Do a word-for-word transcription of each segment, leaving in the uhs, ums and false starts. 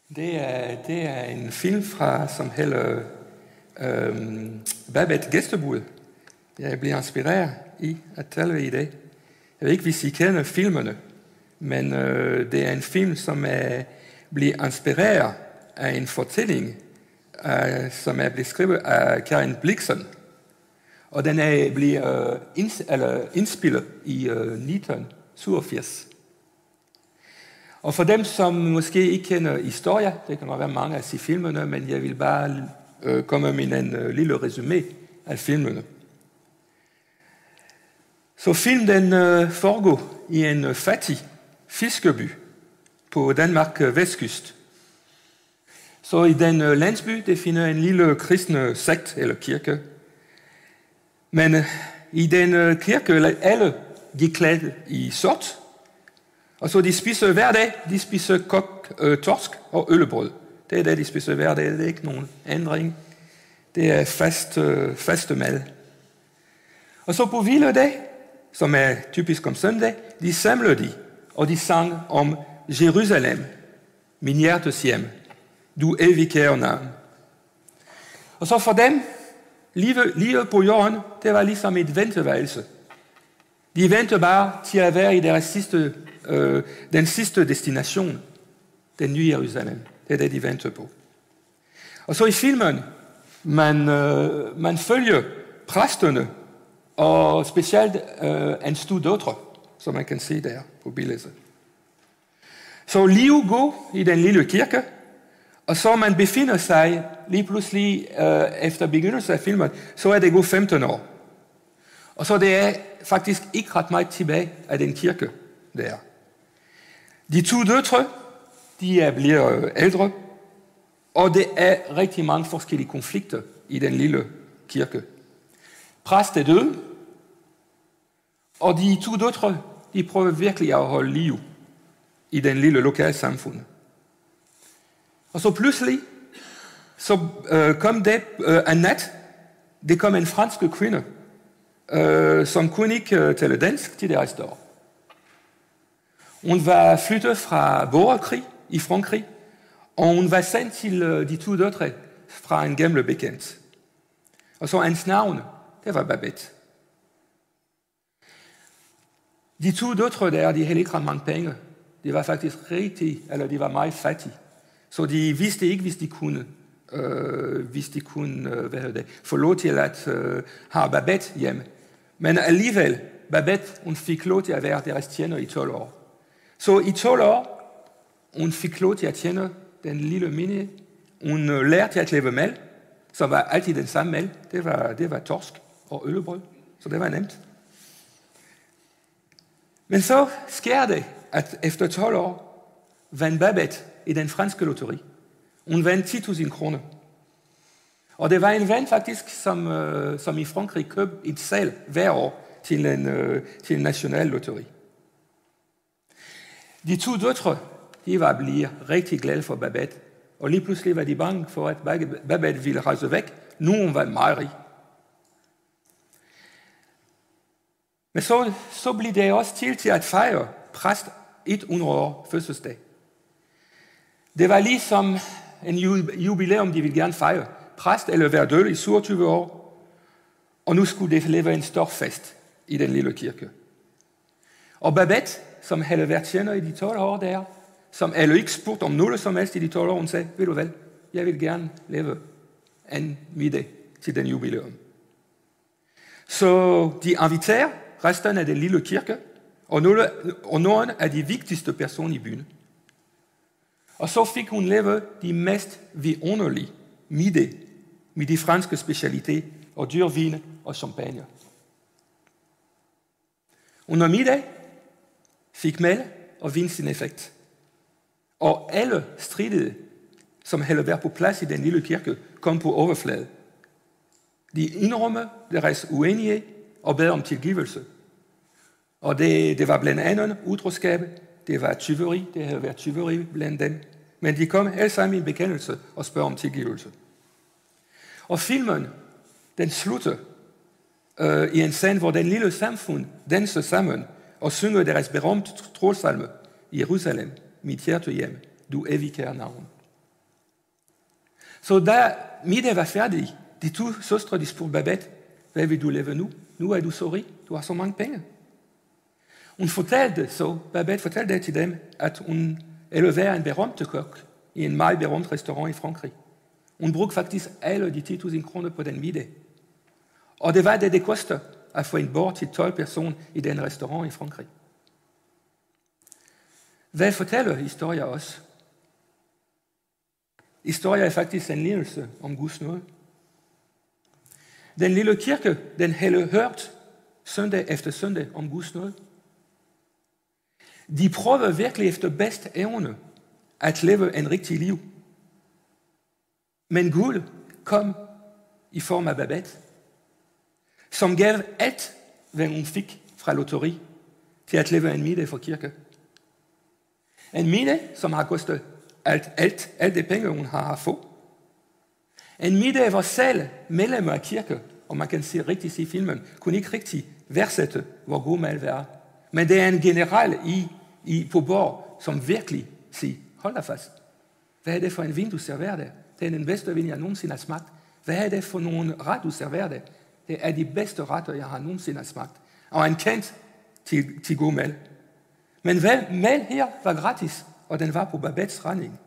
Det er, det er en film fra, som hedder øhm, Babette Gæstebud. Jeg bliver inspireret i at tale i det. Jeg ved ikke, hvis I kender filmene, men øh, det er en film, som er, bliver inspireret af en fortælling, øh, som er blevet skrevet af Karin Blixen. Og den er bliver øh, ins, eller indspillet i øh, nitten syvogfirs. Og for dem, som måske ikke kender historie, det kan nok være mange af de filmene, men jeg vil bare øh, komme med en øh, lille resumé af filmene. Så film den øh, foregår i en øh, fattig fiskeby på Danmark øh, vestkyst. Så i den øh, landsby, det finder en lille kristne sekt eller kirke. Men øh, i den øh, kirke, alle de klædt i sort. Og så de spiser hver dag, de spiser kok, øh, torsk og øllebrød. Det er det, de spiser hver dag, det er ikke nogen ændring. Det er fast, øh, faste mad. Og så på hviledag, som er typisk om søndag, de samler de, og de sang om Jerusalem, min hjertes hjem, du evig kære navn. Og så for dem, livet, livet på jorden, det var ligesom et venteværelse. De venter bare til at være i deres sidste, øh, den sidste destination, den nye Jerusalem. Det er det, de venter på. Og så i filmen, man, øh, man følger præsterne, og specielt øh, en stor døtre, som man kan se der på billedet. Så liv går i den lille kirke, og så man befinder sig lige pludselig øh, efter begyndelsen af filmen, så er det gået femten år. Og så det er faktisk ikke ret meget tilbage af den kirke der. De to døtre, de er bliver ældre, og det er rigtig mange forskellige konflikter i den lille kirke. Præst er død, og de to døtre, de prøver virkelig at holde liv i den lille lokale samfund. Og så pludselig, så øh, kom det øh, en nat, det kom en fransk kvinde, øh, som kunne ikke øh, tale dansk til deres dør. Hun var flyttet fra borgerkrig i Frankrig, og hun var sendt til øh, de to døtre fra en gammel bekendt. Og så hans navn, det var Babette. De to døtre der, de havde ikke ret mange penge. De var faktisk rigtig, eller de var meget fattige. Så de vidste ikke, hvis de kunne, øh, hvis de kunne øh, hvad det, få lov til at øh, have Babette hjemme. Men alligevel, Babette, hun fik lov til at være deres tjener i tolv år. Så i tolv år, hun fik lov til at tjene den lille mini. Hun øh, lærte at lave mad, som var altid den samme mad. Det var, det var torsk og øllebrød, så det var nemt. Men så sker det, at efter tolv år vandt Babette i den franske lotteri. Hun vandt ti tusind kroner. Og det var en ven faktisk, som, øh, som i Frankrig købte et salg hver år til en, øh, til en national lotteri. De to døtre, de var blevet rigtig glade for Babette. Og lige pludselig var de bange for, at Babette ville rejse væk. Nu hun var meget rig. Men så, så blev det også til til at fejre præst hundrede år fødselsdag. Det var ligesom en jubilæum, de ville gerne fejre. Præst eller være død i syvogtyve år, og nu skulle det leve en stor fest i den lille kirke. Og Babette, som havde været tjener i de tolv år der, som alle ikke spurgte om noget som helst i de tolv år, hun sagde, ved du vel, jeg vil gerne leve en middag til den jubilæum. Så de inviterer resten af den lille kirke, og nogle, og nogle af de vigtigste personer i byen. Og så fik hun levet de mest vidunderlige middag med de franske specialiteter og dyr vin og champagne. Under middag fik mad og vin sin effekt. Og alle stridede, som havde været på plads i den lille kirke, kom på overfladen. De indrømmer deres uenighed og bad om tilgivelse. Og det, det var blandt andet utroskab, det var tyveri, det havde været tyveri blandt dem. Men de kom alle sammen i en bekendelse og spørger om tilgivelse. Og filmen, den slutter øh, i en scene, hvor den lille samfund danser sammen og synger deres berømte trossalme i Jerusalem, mit hjertehjem, du evig kære navn. Så da middag var færdig, de to søstre, de spurgte Babette, hvad vil du leve nu? Nu er du så rig, du har så mange penge. Hun fortalte så, Babette fortalte til dem, at hun ville være en berømte kok i en meget berømt restaurant i Frankrig. Hun brugte faktisk alle de ti tusind kroner på den middag. Og det var det, det koster at få en bord til tolv personer i den restaurant i Frankrig. Hvad fortæller historien os? Historien er faktisk en lignelse om Guds nåde. Den lille kirke, den havde hørt søndag efter søndag om Guds nåde. De prøver virkelig efter bedste evne at leve en rigtig liv. Men Gud kom i form af Babette, som gav alt, hvad hun fik fra lotteri, til at leve en middag for kirke. En middag, som har kostet alt, alt, alt det penge, hun har fået. En middag, hvor selv medlemmer af kirke, og man kan sige, rigtig sige filmen, kunne ikke rigtig værdsætte, hvor god mad var. Men det er en general i, i på borg, som virkelig siger, hold da fast, hvad er det for en vin, du serverer der? Det er den bedste vin, jeg nogensinde har smagt. Hvad er det for nogle ret, du serverer der? Det er de bedste retter, jeg har nogensinde har smagt. Og en kendt til, til god mad. Men vel, mad her var gratis, og den var på Babettes regning.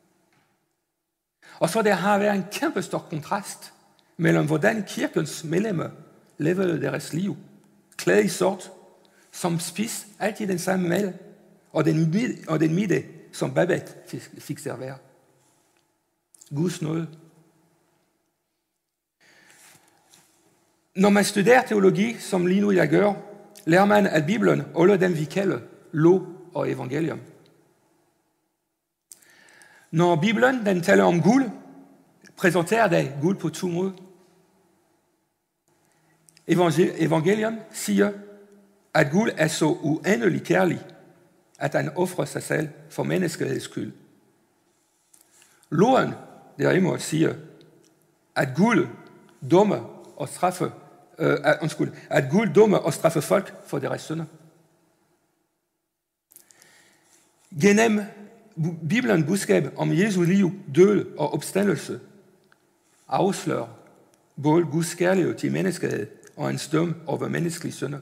Og så der har været en kæmpe stor kontrast mellem hvordan kirkens medlemmer levede deres liv. Klædt i sort, som spiste altid den samme mad, og den, og den middag, som Babette fik, fik serveret. Guds nåde. Når man studerer teologi, som lige nu jeg gør, lærer man, at Bibelen alle dem, vi kalder lov og evangelium. Når Bibelen den taler om Gud, præsenterer det Gud på to måder. Evangelium siger, at Gud er så uendelig kærlig, at han offrer sig selv for menneskeheds skyld. Loven derimod siger, at Gud dømmer og straffer, øh, undskyld, at Gud dømmer og straffer folk for deres synder. Gennem Bibelens budskab om Jesu liv, død og opstandelse afslører både Guds kærlighed til menneskehed og en dom over menneskelige synder.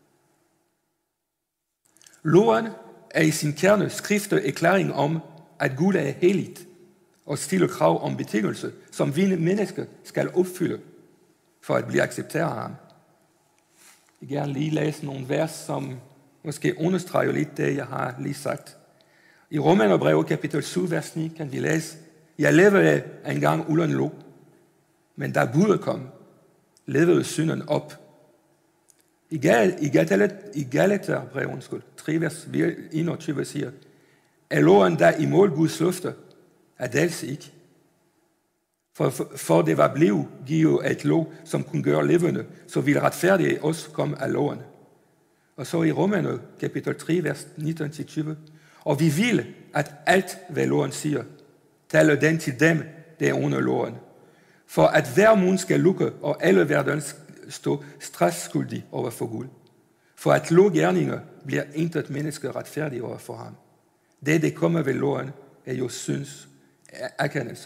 Loven er i sin kerne skriftet erklæring om, at Gud er helligt og stiller krav om betingelse, som vi mennesker skal opfylde for at blive accepteret af ham. Jeg vil gerne lige læse nogle vers, som måske understreger lidt det, jeg har lige sagt. I Romerbrevet kapitel syv, vers ni kan vi læse, jeg levede engang uden lov, men da budet kom, levede synden op. I Galaterbrevet tre, vers enogtyve siger, er loven da imod Guds løfte, er det ikke. For, for, for det var blevet givet et lov, som kunne gøre levende, så ville retfærdige os komme af loven. Og så i Romerne kapitel tre, vers nitten til tyve, og vi vil, at alt, hvad loven siger, taler den til dem, der er under loven. For at hver mund skal lukke, og alle verden stå strafskyldig over for Gud. For at lovgærninger bliver intet menneske retfærdig over for ham. Det, der kommer ved loven, er jo syns erkendelse.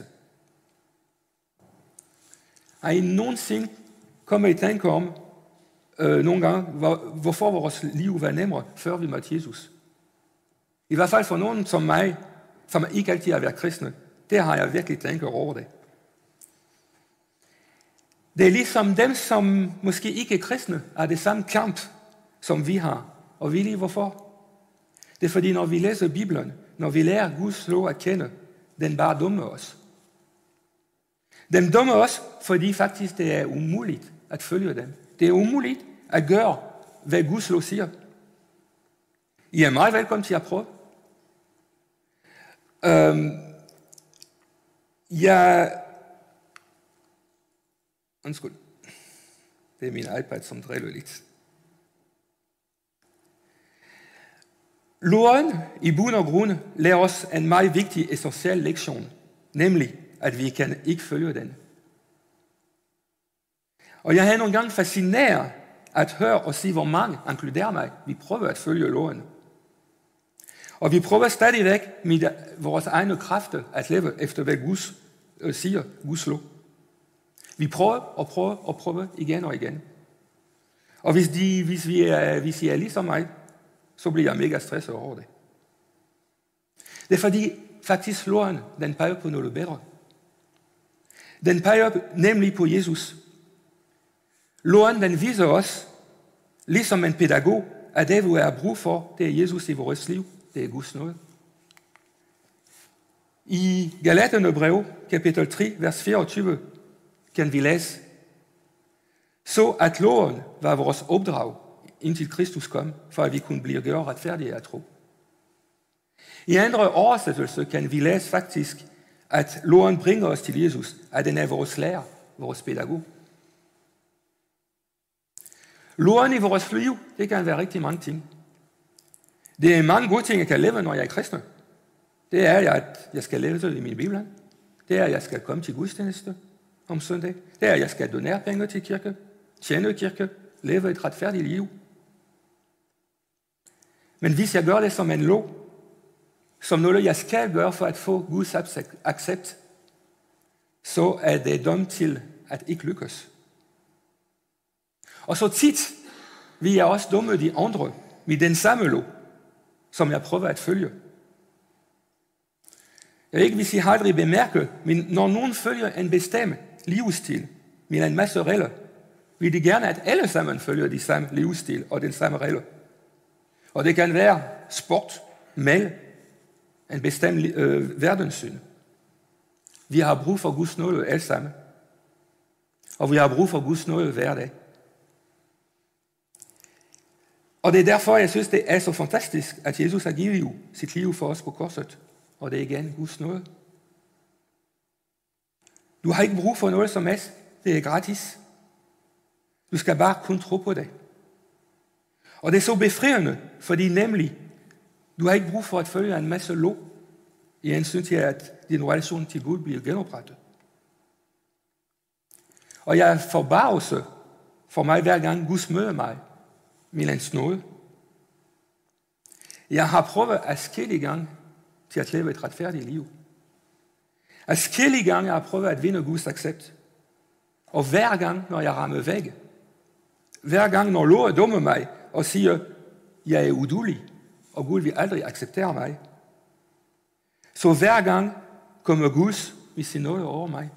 Har I nogensinde kommet i tanke om, øh, nogle gange, hvor, hvorfor vores liv var nemmere, før vi mødte Jesus? I hvert fald for nogen som mig, som ikke altid har været kristne, det har jeg virkelig tænkt over det. Det er ligesom dem, som måske ikke er kristne, er det samme kamp, som vi har. Og ved I hvorfor? Det er fordi, når vi læser Bibelen, når vi lærer Guds lov at kende, den bare dømmer os. Den dømmer os, fordi faktisk det er umuligt at følge dem. Det er umuligt at gøre, hvad Guds lov siger. I er meget velkommen til at prøve. Øhm, jeg... Undskyld. Det er min iPad, som driller lidt. Loven i bund og grund lærer os en meget vigtig, essentiel lektion, nemlig at vi kan ikke følge den. Og jeg har nogle gange fascineret at høre og sige, hvor mange, inkluderer mig, vi prøver at følge loven. Og vi prøver stadigvæk med vores egne kræfter at leve efter, hvad Guds øh, siger Guds lov. Vi prøver og prøver og prøver igen og igen. Og hvis, de, hvis, vi er, hvis I er ligesom mig, så bliver jeg mega stresset over det. Det er fordi, faktisk loven, den peger på noget bedre. Den peger nemlig på Jesus. Loven, den viser os, ligesom en pædagog, at det, vi har brug for, det er Jesus i vores liv. Det er Guds nåde. I Galaterne brev, kapitel tre, vers fireogtyve, kan vi læse, så at loven var vores opdrag, indtil Kristus kom, for at vi kunne blive gjort retfærdige af tro. I andre oversættelser kan vi læse faktisk, at loven bringer os til Jesus, at den er vores lærer, vores pædagog. Loven i vores liv, det kan være rigtig mange ting. Det er mange gode ting, jeg kan leve, når jeg er kristen. Det er, at jeg skal læse i min bibel. Det er, at jeg skal komme til gudstjeneste om søndag. Det er, at jeg skal donere penge til kirke, tjene kirke, leve et retfærdigt liv. Men hvis jeg gør det som en lov, som noget, jeg skal gøre for at få Guds accept, så er det dømt til at ikke lykkes. Og så tit vil jeg også dumme de andre med den samme lov, som jeg prøver at følge. Jeg ved ikke, hvis I har aldrig bemærket, men når nogen følger en bestemt livsstil med en masse regler, vil de gerne, at alle sammen følger de samme livsstil og den samme regler. Og det kan være sport, mad, en bestemt øh, verdenssyn. Vi har brug for Guds nåde alle sammen. Og vi har brug for Guds nåde hver dag. Og det er derfor, jeg synes, det er så fantastisk, at Jesus har givet sit liv for os på korset. Og det er igen Guds nåde. Du har ikke brug for noget som helst. Det er gratis. Du skal bare kun tro på det. Og det er så befriende, fordi nemlig, du har ikke brug for at følge en masse lov, i hensyn til, at din relation til Gud bliver genoprettet. Og jeg er forbavset for mig, hver gang Gud møder mig med hans nåde. Jeg har prøvet adskillige gange til at leve et retfærdigt liv. Adskillige gange har jeg prøvet at vinde Guds accept. Og hver gang, når jeg rammer væk, hver gang, når loven dummer mig og siger, jeg er uduelig, og Gud vil aldrig acceptere mig, så hver gang kommer Gud med sin nåde over mig.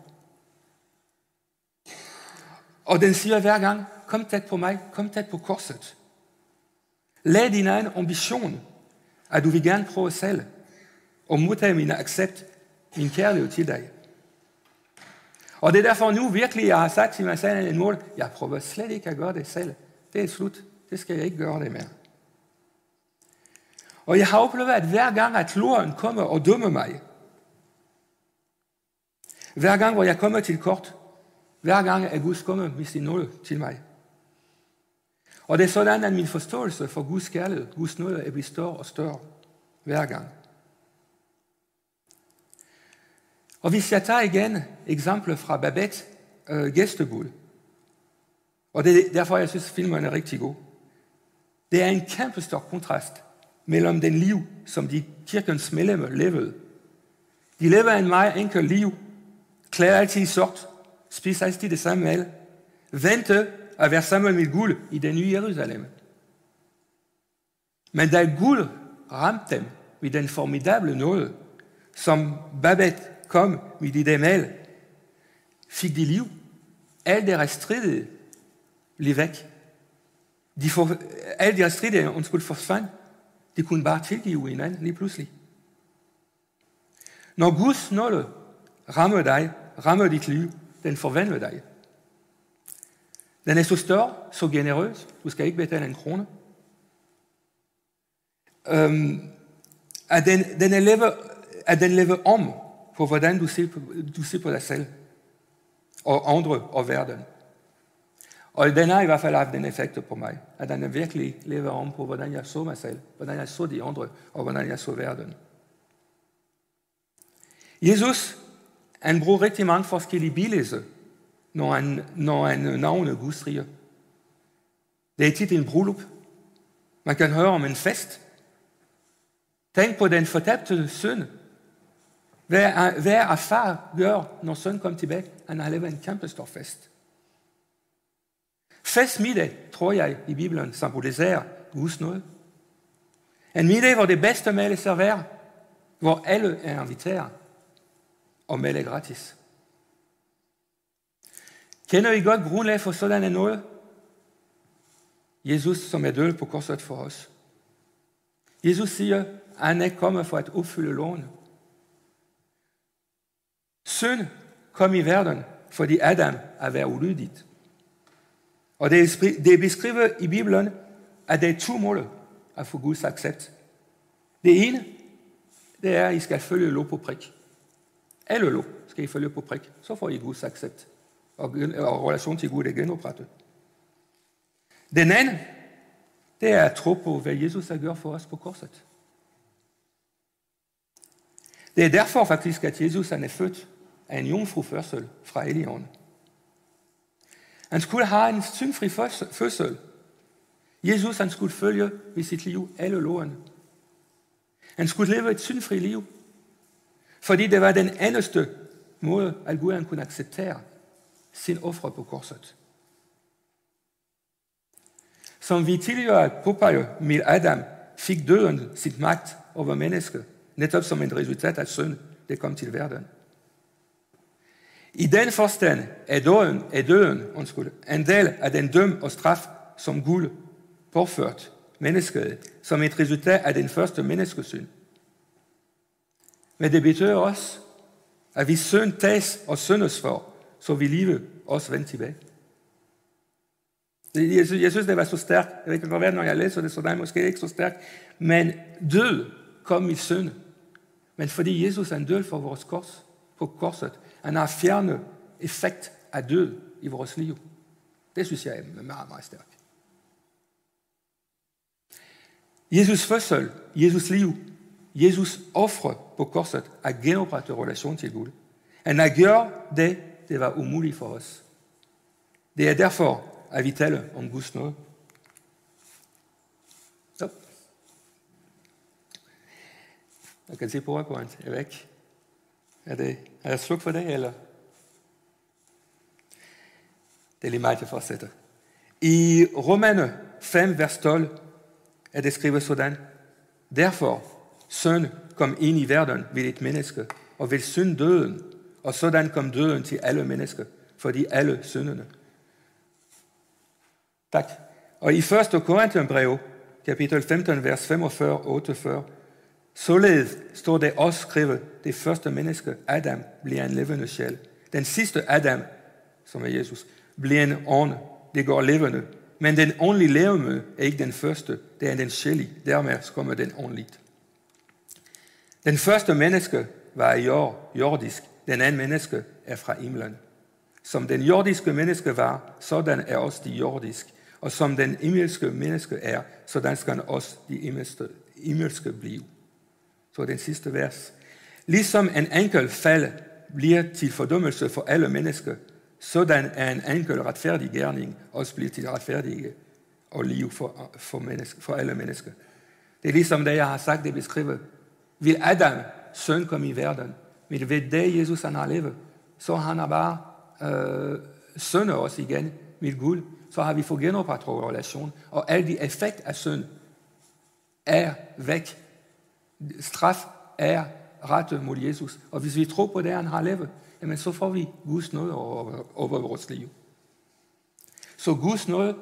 Og den siger hver gang, kom tæt på mig, kom tæt på korset. Lad din egen ambition, at du vil gerne prøve selv, og modtage min accept, min kærlighed til dig. Og det er derfor nu virkelig, jeg har sagt til mig selv en mål, jeg prøver slet ikke at gøre det selv. Det er slut. Det skal jeg ikke gøre det mere. Og jeg har oplevet, at hver gang, at loven kommer og dømmer mig, hver gang, hvor jeg kommer til kort, hver gang er Gud kommet med sin nåde til mig. Og det er sådan, at min forståelse for Guds kærlighed, Guds nåde, er blevet større og større hver gang. Og hvis jeg tager igen eksempler fra Babette øh, gæstebud, og det er derfor, jeg synes, filmen er rigtig god. Det er en kæmpe stor kontrast mellem den liv, som de kirkens medlemmer levede. De lever en meget enkel liv, klæder altid i sort, spiser altid det samme mad, venter at være sammen med Gud i det nye Jerusalem. Men da Gud ramte dem med den formidable nåde, som Babette kom med i det mal, fik de liv. Alle deres stridige blev væk. De for, alle deres stridige undskyld forsvandt. De kunne bare tilgive hinanden lige pludselig. Når Guds nåde rammer dig, rammer dit liv, den forvandler dig. Den er så større, så generøs. Du skal ikke betale en krone. Um, at, den, den lever, at den lever om på, hvordan du ser på, du ser på dig selv og andre og verden. Og den har i hvert fald haft den effekt på mig, at den virkelig lever om på, hvordan jeg så mig selv, hvordan jeg så de andre, og hvordan jeg så verden. Jesus, han bruger rigtig mange forskellige billeder, når han, når han navner Guds rige. Det er tit en bryllup. Man kan høre om en fest. Tænk på den fortabte søn. Hvad, hvad er far gør, når sønnen kommer tilbage? Han har lavet en kæmpestor fest. Festmiddag, tror jeg, i Bibelen symboliserer Guds nåde. En middag, hvor det bedste mad er serveret, hvor alle er inviteret, og mad er gratis. Kender I godt grundlag for sådan en nåde? Jesus, som er død på korset for os. Jesus siger, at han er kommet for at opfylde loven. Synd kom i verden, fordi Adam er været ulydigt. Og det er beskrevet i Bibelen, at det er to mål at få Guds accept. Det ene, det er, at I skal følge lov på prik. Alle lov skal I følge på prik. Så får I Guds accept. Og, og relation til Gud er genoprettet. Den anden, det er at tro på, hvad Jesus har gjort for os på korset. Det er derfor faktisk, at Jesus han er født af en jomfrufødsel fra Helligånden. Han skulle have en syndfri fødsel. Jesus han skulle følge ved sit liv alle lovene. Han skulle leve et syndfri liv, fordi det var den eneste måde, at Gud han kunne acceptere sin ofre på korset. Som vi tidligere påpeger med Adam, fik døden sit magt over mennesket, netop som en resultat af synd, det kom til verden. I den forstand er døden, er døden undskyld, en del af den døm og straf, som Gud påført mennesket, som et resultat af den første menneskesynd. Men det betyder også, at hvis synd tages og syndes for, så vil livet også vende tilbage. Jeg synes, jeg synes, det var så stærkt. Jeg ved ikke, hvad når jeg læser det, så det er måske ikke så stærkt. Men død kom i synd. Men fordi Jesus er en død for vores kors, på korset, han har fjernet effekt af død i vores liv. Det synes jeg er meget, meget stærkt. Jesus fødsel, Jesus liv, Jesus ofre på korset er genoprettet relation til Gud. Han har gjort det, det var umuligt for os. Det er derfor, at vi taler om Guds nåde. Så. Jeg kan se på, at jeg er væk. Er, det, er jeg sluk for det, eller? Det er lige meget, jeg fortsætter. I Romerne fem, vers tolv, er det skrevet sådan. Derfor, synd kom ind i verden ved et menneske, og ved synd døden, og sådan kom døden til alle mennesker, fordi alle synderne. Tak. Og i første Korintherbrev, kapitel femten, vers femogfyrre og otteogfyrre, således står det også skrevet, det første menneske, Adam, bliver en levende sjæl. Den sidste Adam, som er Jesus, bliver en ånd, det går levende. Men den åndelige levende er ikke den første, det er den sjælige. Dermed kommer den åndeligt. Den første menneske var jord, jordisk. Den anden menneske er fra himlen. Som den jordiske menneske var, sådan er også de jordisk. Og som den himmelske menneske er, sådan skal også de himmelske, himmelske blive. Så den sidste vers. Ligesom en enkel fald bliver til fordømmelse for alle mennesker, sådan er en enkel retfærdig gerning også bliver til retfærdige og liv for, for, menneske, for alle mennesker. Det er ligesom det, jeg har sagt, det beskriver. Vil Adam, søn, komme i verden, men ved det, Jesus han har levet, så han har bare øh, sønner os igen med Gud, så har vi fået genoprettet relation, og alle de effekt af synd er væk. Straf er rettet mod Jesus. Og hvis vi tror på det, han har levet, jamen så får vi Guds nåde over, over vores liv. Så Guds nåde,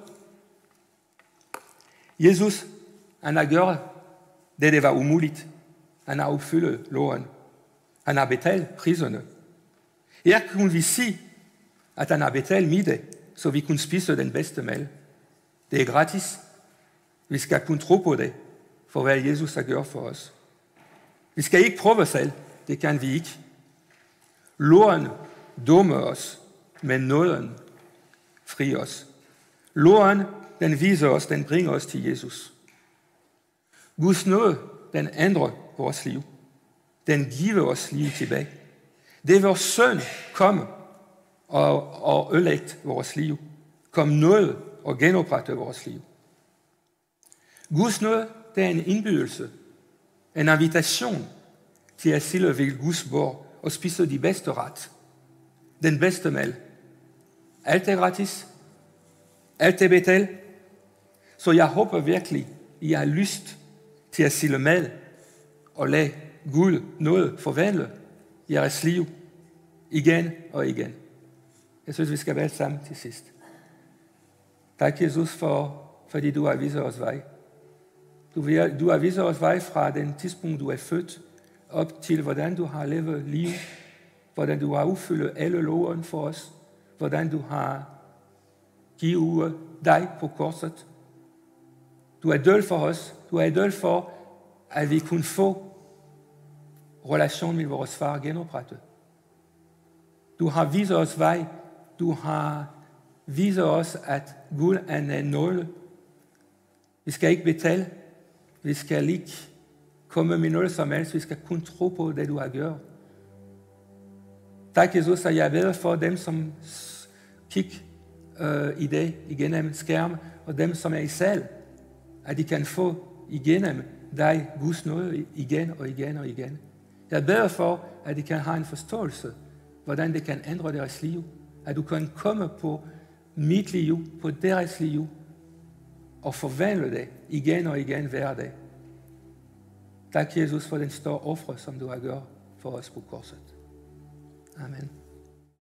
Jesus, han har gjort det, det var umuligt. Han har opfyldt loven. Han har betalt priserne. Her kunne vi sige, at han har betalt middag, så vi kunne spise den bedste mad. Det er gratis. Vi skal kunne tro på det, for hvad Jesus har gjort for os. Vi skal ikke prøve selv. Det kan vi ikke. Loven dømmer os, men nåden fri os. Loven, den viser os, den bringer os til Jesus. Guds nåde, den ændrer vores liv. Den giver os liv tilbage. Det er vores søn kom og, og ødelægte vores liv. Kom nåde og genoprette vores liv. Guds nåde, det er en indbydelse, en invitation til at sidde ved Guds bord at spise de bedste ret. Den bedste mad. Alt er gratis. Alt er betalt. Så jeg håber virkelig, I har lyst til at sile med og lade Gud noget forvandle jeres liv igen og igen. Jeg synes, vi skal være sammen til sidst. Tak, Jesus, for, fordi du har vist os vej. Du, du har vist os vej fra den tidspunkt, du er født, op til, hvordan du har levet liv, hvordan du har udfyldt alle loven for os, hvordan du har givet dig på korset. Du er død for os. Du er død for, at vi kunne få relation med vores far genoprettet. Du har vist os vej. Du har vist os, at Gud er en nåle. Vi skal ikke betale. Vi skal ikke komme med noget som helst. Vi skal kun tro på det, du har gjort. Tak, Jesus, at jeg beder for dem, som kigger uh, i dag igennem skærm, og dem, som er i sal, at de kan få igennem dig Guds nåde igen og igen og igen. Jeg beder for, at de kan have en forståelse, hvordan det kan ændre deres liv. At du kan komme på mit liv, på deres liv, og forvandle det igen og igen hver dag. Tak, Jesus, for den store ofre, som du har gjort for os på korset. Amen.